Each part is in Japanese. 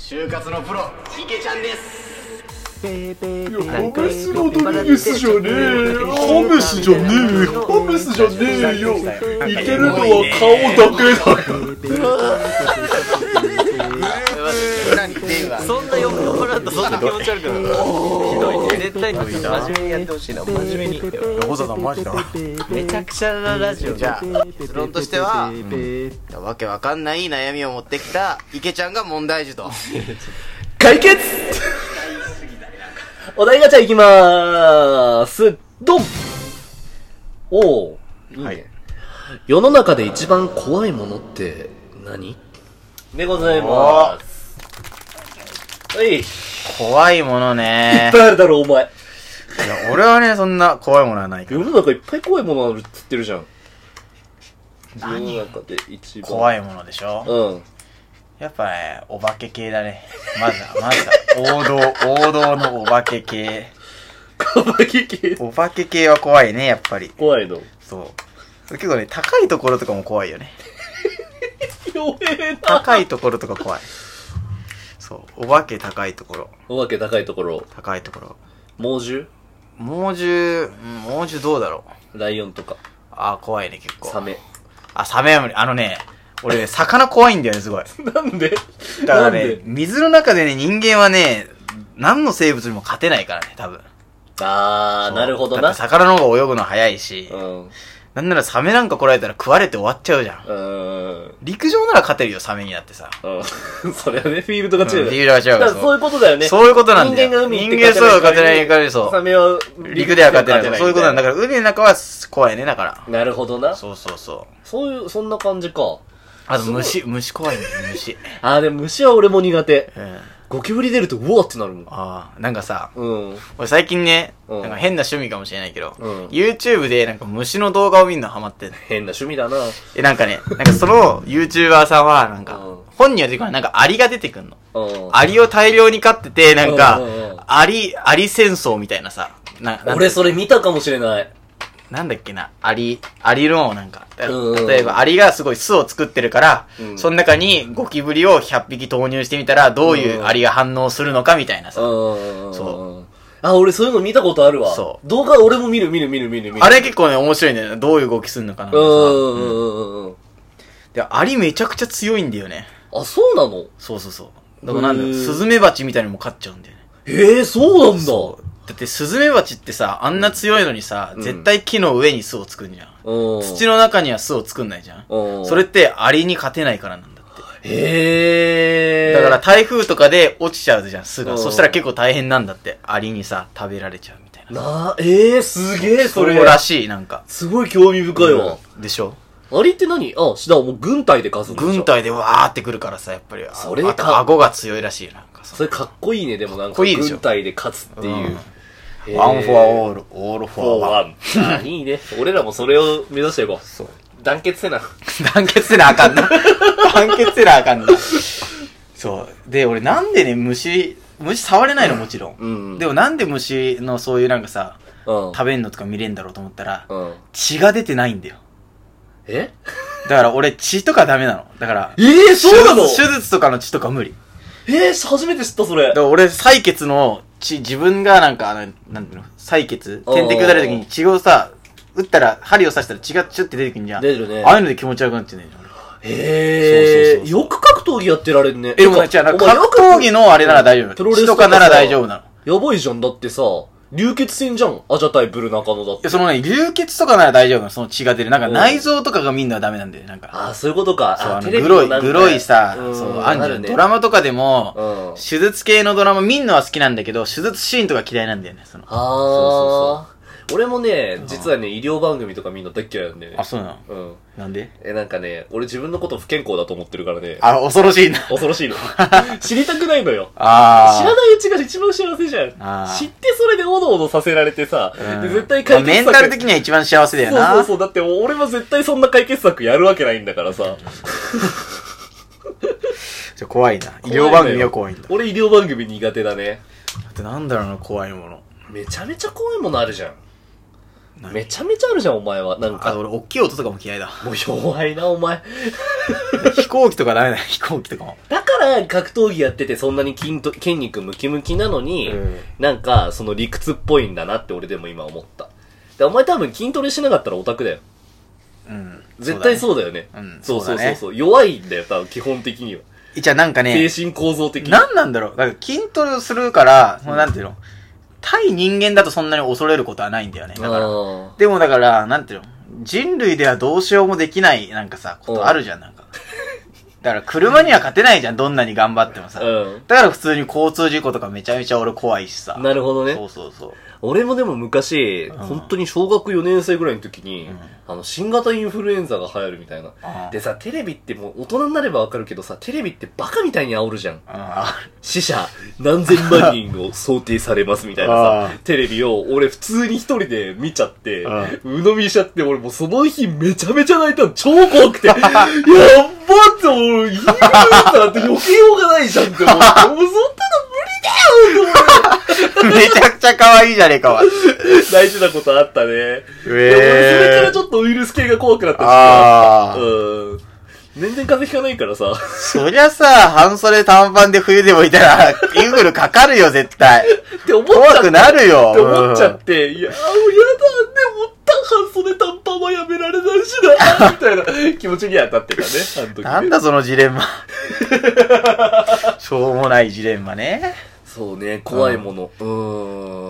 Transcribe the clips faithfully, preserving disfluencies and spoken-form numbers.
就活のプロ池ちゃんです。 いや、ハメスロドリゲスじゃねえよ。ハメスじゃねえよ。ハメスじゃねえよ。いけるのは顔だけだよ。 そんな酔っ払うとそんな気持ち悪くなる。ひどいね。絶対真面目にやってほしいな。真面目に。 横澤さんマジだ。 めちゃくちゃなラジオ。 じゃあ結論としては、うん、わけわかんない悩みを持ってきた池ちゃんが問題児と解決。お題ガチャいきまーす。ドン。おー、いいね、はい。世の中で一番怖いものって何でございます。はい。 怖いものね。 いっぱいあるだろ、お前。いや、 俺はね、そんな怖いものはないから。 世の中いっぱい怖いものあるって言ってるじゃん。 何？ 世の中で一番怖いものでしょ？うん。やっぱね、お化け系だね。まずは、まずは、王道、王道のお化け系。 お化け系お化け系は怖いね、やっぱり。 怖いの？ そう。結構ね、高いところとかも怖いよね。 弱えな。 高いところとか怖い。そう。お化け高いところ。 お化け高いところ。 高いところ。 猛獣？ 猛獣、うん、猛獣どうだろう。ライオンとか。 あー、怖いね、結構。 サメ。 あ、サメは無理。あのね、俺ね、魚怖いんだよね、すごい。 なんで？ だからね、水の中でね、人間はね、何の生物にも勝てないからね、多分。 あー、なるほどな。 だって魚の方が泳ぐの早いし、 うん。 なんならサメなんか来られたら食われて終わっちゃうじゃん。うん。陸上なら勝てるよ、サメになってさ。 うん。それはね、フィールドが違う。うん、 フィールドが違うから。 だからそういうことだよね。 そういうことなんだよ。 人間が海行って人間そう勝てないからそう。 サメは陸では勝てない。そういうことなんだ。だから海の中は怖いね、だから。 なるほどな。 そうそうそう。 そういう、そんな感じか。 あと虫、虫怖いね、虫。 あー、でも虫は俺も苦手。うん。ゴキブリ出るとうわってなるもん。 ああ、なんかさ、 うん。 俺最近ね、うん、なんか変な趣味かもしれないけど、うん、YouTube でなんか虫の動画を見るのハマってんの。 変な趣味だな。 え、なんかね、なんかその YouTuber さんは、なんか、うん、本には出てこない、なんかアリが出てくんの。うん、アリを大量に飼ってて、なんか、うん、アリ、アリ戦争みたいなさ。 な俺それ見たかもしれない。 なんだっけな、アリ、アリのなんか、例えばアリがすごい巣を作ってるから、うん、その中にゴキブリをひゃっぴき投入してみたら、どういうアリが反応するのかみたいなさ。うん、そう。 あ、俺そういうの見たことあるわ。そう。動画俺も見る見る見る見る見る。 あれ結構ね、面白いんだよね。どういう動きするのかな。うんうんうん。で、アリめちゃくちゃ強いんだよね。 あ、そうなの？ そうそうそう。だからなんだよ、スズメバチみたいにも勝っちゃうんだよね。 へえ、そうなんだ。 だってスズメバチってさ、あんな強いのにさ、うん、絶対木の上に巣を作るじゃん。うん、土の中には巣を作んないじゃん。うん、それってアリに勝てないからなんだって。 へー。 だから台風とかで落ちちゃうじゃん、巣が。そしたら結構大変なんだって。アリにさ、食べられちゃうみたいな。 なえー、すげえ、それ。 そうらしい、なんか。 すごい興味深いわ。 うん、でしょ？ アリって何？あ、しだ、もう軍隊で数んでしょ？軍隊でわーってくるからさ、やっぱり。 それあと顎が強いらしいな。 それかっこいいね、でもなんか。軍隊で勝つっていう。 ワンフォアオール、オールフォアワン。 あ、いいね。俺らもそれを目指していこう。そう。団結せな。 団結せなあかんな。団結せなあかんな。そう。で、俺なんでね、虫、虫触れないのもちろん。うん、でもなんで虫のそういうなんかさ、うん、食べんのとか見れんだろうと思ったら、うん、血が出てないんだよ。 え？ だから俺血とかダメなの。だから、 えー、そうなの？ 手術とかの血とか無理。 えー、初めて知ったそれ。 だから俺採血の血、自分がなんか、なんていうの、採血点滴打たれる時に血をさ、打ったら、針を刺したら血がチュって出てくるんじゃん。 出るね。 ああいうので気持ち悪くなっちゃうね。 へえ。そうそうそう。よく格闘技やってられるね。 え、でも、じゃあ、格闘技のあれなら大丈夫。プロレスとかなら大丈夫なの。やばいじゃん。だってさ、流血戦じゃん。アジャ対ブル中野だって。 そのね、流血とかなら大丈夫なの。その血が出る。なんか内臓とかが見んのはダメなんだよ。なんか。 ああ、そういうことか。 そう、あの、グロい、グロいさ、そう、あんじゃん。ドラマとかでも、手術系のドラマ見んのは好きなんだけど、手術シーンとか嫌いなんだよね。その。 ああ。そうそうそう。俺もね、実はね、医療番組とか見るの大っ嫌いなんだよね。 あ、そうなの？うん。なんで？ え、なんかね、俺自分のこと不健康だと思ってるからね。 あ、恐ろしいな。 恐ろしいの。知りたくないのよ。 あ知らないうちが一番幸せじゃん。知ってそれでおどおどさせられてさ、うん、で絶対解決策、まあ、 メンタル的には一番幸せだよな。 そうそうそう。だって俺は絶対そんな解決策やるわけないんだからさ。 じゃ怖いな。医療番組は怖いんだ。 俺医療番組苦手だね。 だってなんだろうな、怖いもの。 めちゃめちゃ怖いものあるじゃん。 めちゃめちゃあるじゃん、お前は。なんか。 あ、俺、大きい音とかも嫌いだ。 もう弱いな、お前。 飛行機とかダメだよ、飛行機とかも。 だから、格闘技やっててそんなに筋と筋肉ムキムキなのに、うん、なんか、その理屈っぽいんだなって俺でも今思った。で、お前多分筋トレしなかったらオタクだよ。うん。絶対そうだよね。うん。そうそうそうそう。弱いんだよ、多分、基本的には。 じゃあなんかね。 精神構造的に。 なんなんだろう。だから筋トレをするから、もうなんていうの、対人間だとそんなに恐れることはないんだよね。だから。でもだから、なんていうの、人類ではどうしようもできない、なんかさ、ことあるじゃん、なんか。だから車には勝てないじゃん、どんなに頑張ってもさ。うん、だから普通に交通事故とかめちゃめちゃ俺怖いしさ。 なるほどね。 そうそうそう。 俺もでも昔、うん、本当に小学よねん生ぐらいの時に、うん、あの、新型インフルエンザが流行るみたいな。でさ、テレビってもう大人になればわかるけどさ、テレビってバカみたいに煽るじゃん。死者何千万人を想定されますみたいなさ、テレビを俺普通に一人で見ちゃって、鵜呑みしちゃって、俺もうその日めちゃめちゃ泣いたの超怖くて、やっばって俺、インフルエンザって避けようがないじゃんって思って、もうそんなの無理だよって思って。 めちゃくちゃ可愛いじゃねえかわ。 大事なことあったね。えー、それからちょっとウイルス系が怖くなったしさ。うん。全然風邪ひかないからさ。 そりゃさ、半袖短パンで冬でもいたら、インフルかかるよ、絶対。って思っちゃった。怖くなるよ。 って思っちゃって、うん、いや、もうやだ、でも、半袖短パンはやめられないしな、みたいな気持ちにはなってたね、あの時ね。 なんだそのジレンマ。しょうもないジレンマね。 そうね、怖いもの。うん。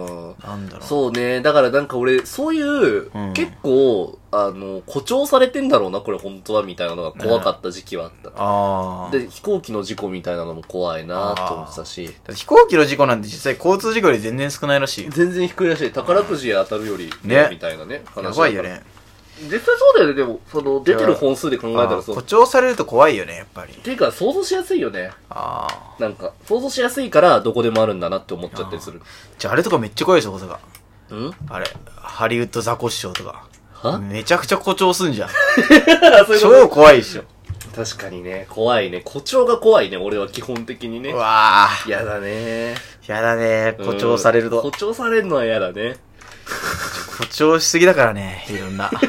うーん。 なんだろう。 そうね、だからなんか俺、そういう、うん、結構、あの、誇張されてんだろうな、これ本当は、みたいなのが怖かった時期はあった。うん、ああ。で、飛行機の事故みたいなのも怖いなと思ってたし。 飛行機の事故なんて実際交通事故より全然少ないらしい。 全然低いらしい。宝くじ当たるより、ね、みたいなね、 話。やばいよね。 絶対そうだよね、でも、その、出てる本数で考えたらそう。 誇張されると怖いよね、やっぱり。 ていうか、想像しやすいよね。ああ。なんか、想像しやすいから、どこでもあるんだなって思っちゃったりする。 じゃあ、あれとかめっちゃ怖いでしょ、大阪。んあれ、ハリウッドザコシショウとか。はめちゃくちゃ誇張すんじゃん。そういう超怖いでしょ。 確かにね、怖いね。誇張が怖いね、俺は基本的にね。うわぁ。やだね。 やだね、誇張されると。 誇張されるのはやだね。 誇張しすぎだからね、いろんな。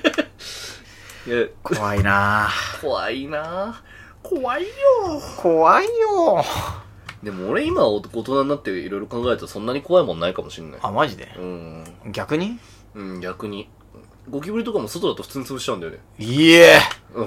怖いなぁ。 怖いなぁ。怖いよ怖いよでも俺今大人になっていろいろ考えるとそんなに怖いもんないかもしんない。 あ、マジで？うん。逆に？ うん、逆に。ゴキブリとかも外だと普通に潰しちゃうんだよね。 いえうん。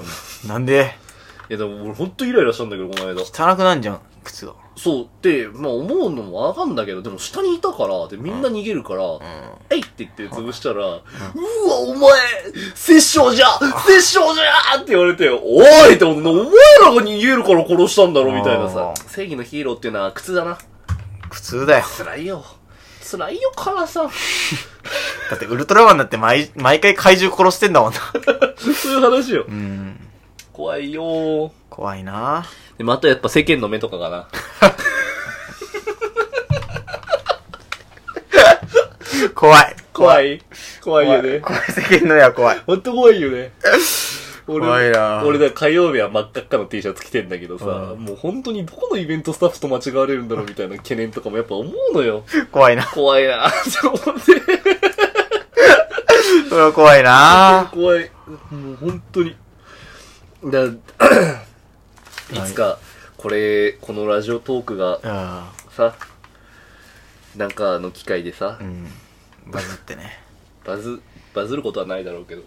なんで？ いやでも俺ほんとイライラしたんだけど、この間。 汚くなんじゃん、靴が。 そう。で、まあ思うのもわかんだけど、でも下にいたから、で、みんな逃げるから、うん、えいって言って潰したら、うん、うわ、お前、殺生じゃ殺生じゃって言われて、おいって思って、お前らが逃げるから殺したんだろみたいなさ。正義のヒーローっていうのは苦痛だな。 苦痛だよ。 辛いよ。辛いよ、からさ。 だってウルトラマンだって毎、毎回怪獣殺してんだもんな。 そういう話よ。うん。怖いよー。 怖いなぁ。 でもあとやっぱ世間の目とかかな。 怖い。 怖い。怖いよね。 怖い。世間の目は怖い。 ほんと怖いよね。俺怖いな俺だ、火曜日は真っ赤っかの T シャツ着てんだけどさ、うん、もう本当にどこのイベントスタッフと間違われるんだろうみたいな懸念とかもやっぱ思うのよ。 怖いな。 怖いなって思って。 それは怖いな怖い。もう本当に。だいつか、これ、このラジオトークが、さ、なんかの機会でさ、うん、 バズってね。 バズ、バズることはないだろうけど。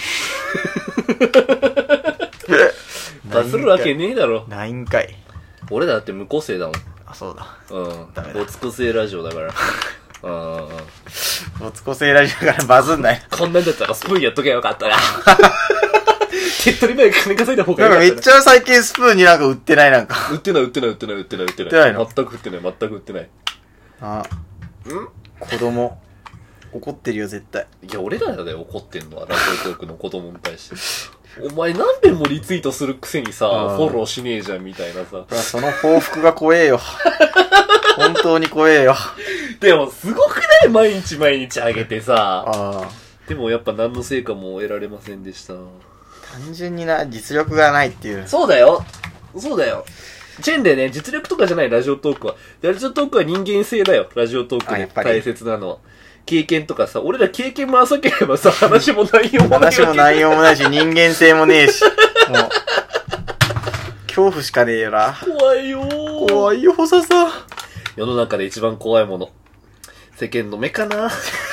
バズるわけねえだろ。 ないんかい。 俺だって無個性だもん。 あ、そうだ。 うん。ダメだ。没個性ラジオだから。うん。 没個性ラジオだからバズんない。 こんなんだったらスプーンやっとけばよかったな。手っ取り前金稼いだ方がいい。 なんかめっちゃ最近スプーンになんか売ってないなんか。 売ってない売ってない売ってない売ってない売ってない。 売ってないの？ 全く売ってない全く売ってない。 あ。ん？子供。怒ってるよ絶対。 いや俺らだよ怒ってんのはラジオトークの子供に対して。お前何遍もリツイートするくせにさ、フォローしねえじゃんみたいなさ。 その報復が怖えよ。本当に怖えよ。 でもすごくない毎日毎日あげてさ。あでもやっぱ何の成果も得られませんでした。 単純にな、実力がないっていう。 そうだよ。そうだよ。チェーンでね、実力とかじゃないラジオトークは。ラジオトークは人間性だよ。ラジオトークで大切なのは。 経験とかさ、俺ら経験も浅ければさ、話も内容もない。 話も内容もないし、人間性もねえし。もう、恐怖しかねえよな。 怖いよー。 怖いよ、細さ。 世の中で一番怖いもの。世間の目かな。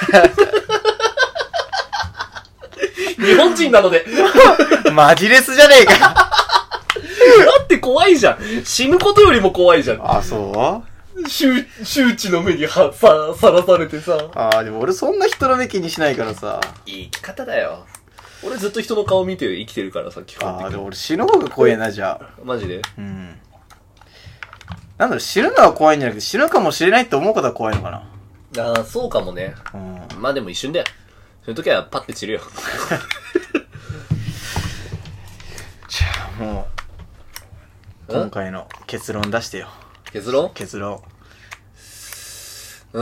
日本人なので。 マジレスじゃねえか。 だって怖いじゃん。死ぬことよりも怖いじゃん。 あ、そう周、周知の目には、さ、さらされてさ。 ああ、でも俺そんな人の目気にしないからさ。 いい生き方だよ。俺ずっと人の顔見て生きてるからさ、基本的に。 ああ、でも俺死ぬ方が怖いな、じゃあ。 マジで？ うん。なんだろう、死ぬのは怖いんじゃなくて、死ぬかもしれないって思うことは怖いのかな。 ああ、そうかもね。うん。まあでも一瞬だよ。そういう時はパッて散るよ。 じゃあもう、今回の結論出してよ。 結論？ 結論。 うー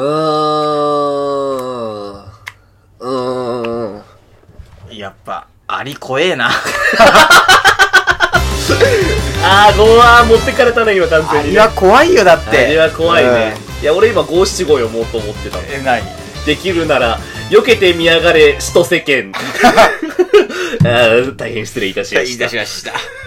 ん。うーん。 やっぱ、アリ怖えな。 あー、ごわー持ってかれたね、今完全に、ね。 アリは怖いよ、だって。 アリは怖いね。うん、いや、俺今五七五読もうと思ってたの。 え、何？ できるなら、避けて見やがれ、使徒世間。あー、大変失礼いたしました。 いたしました。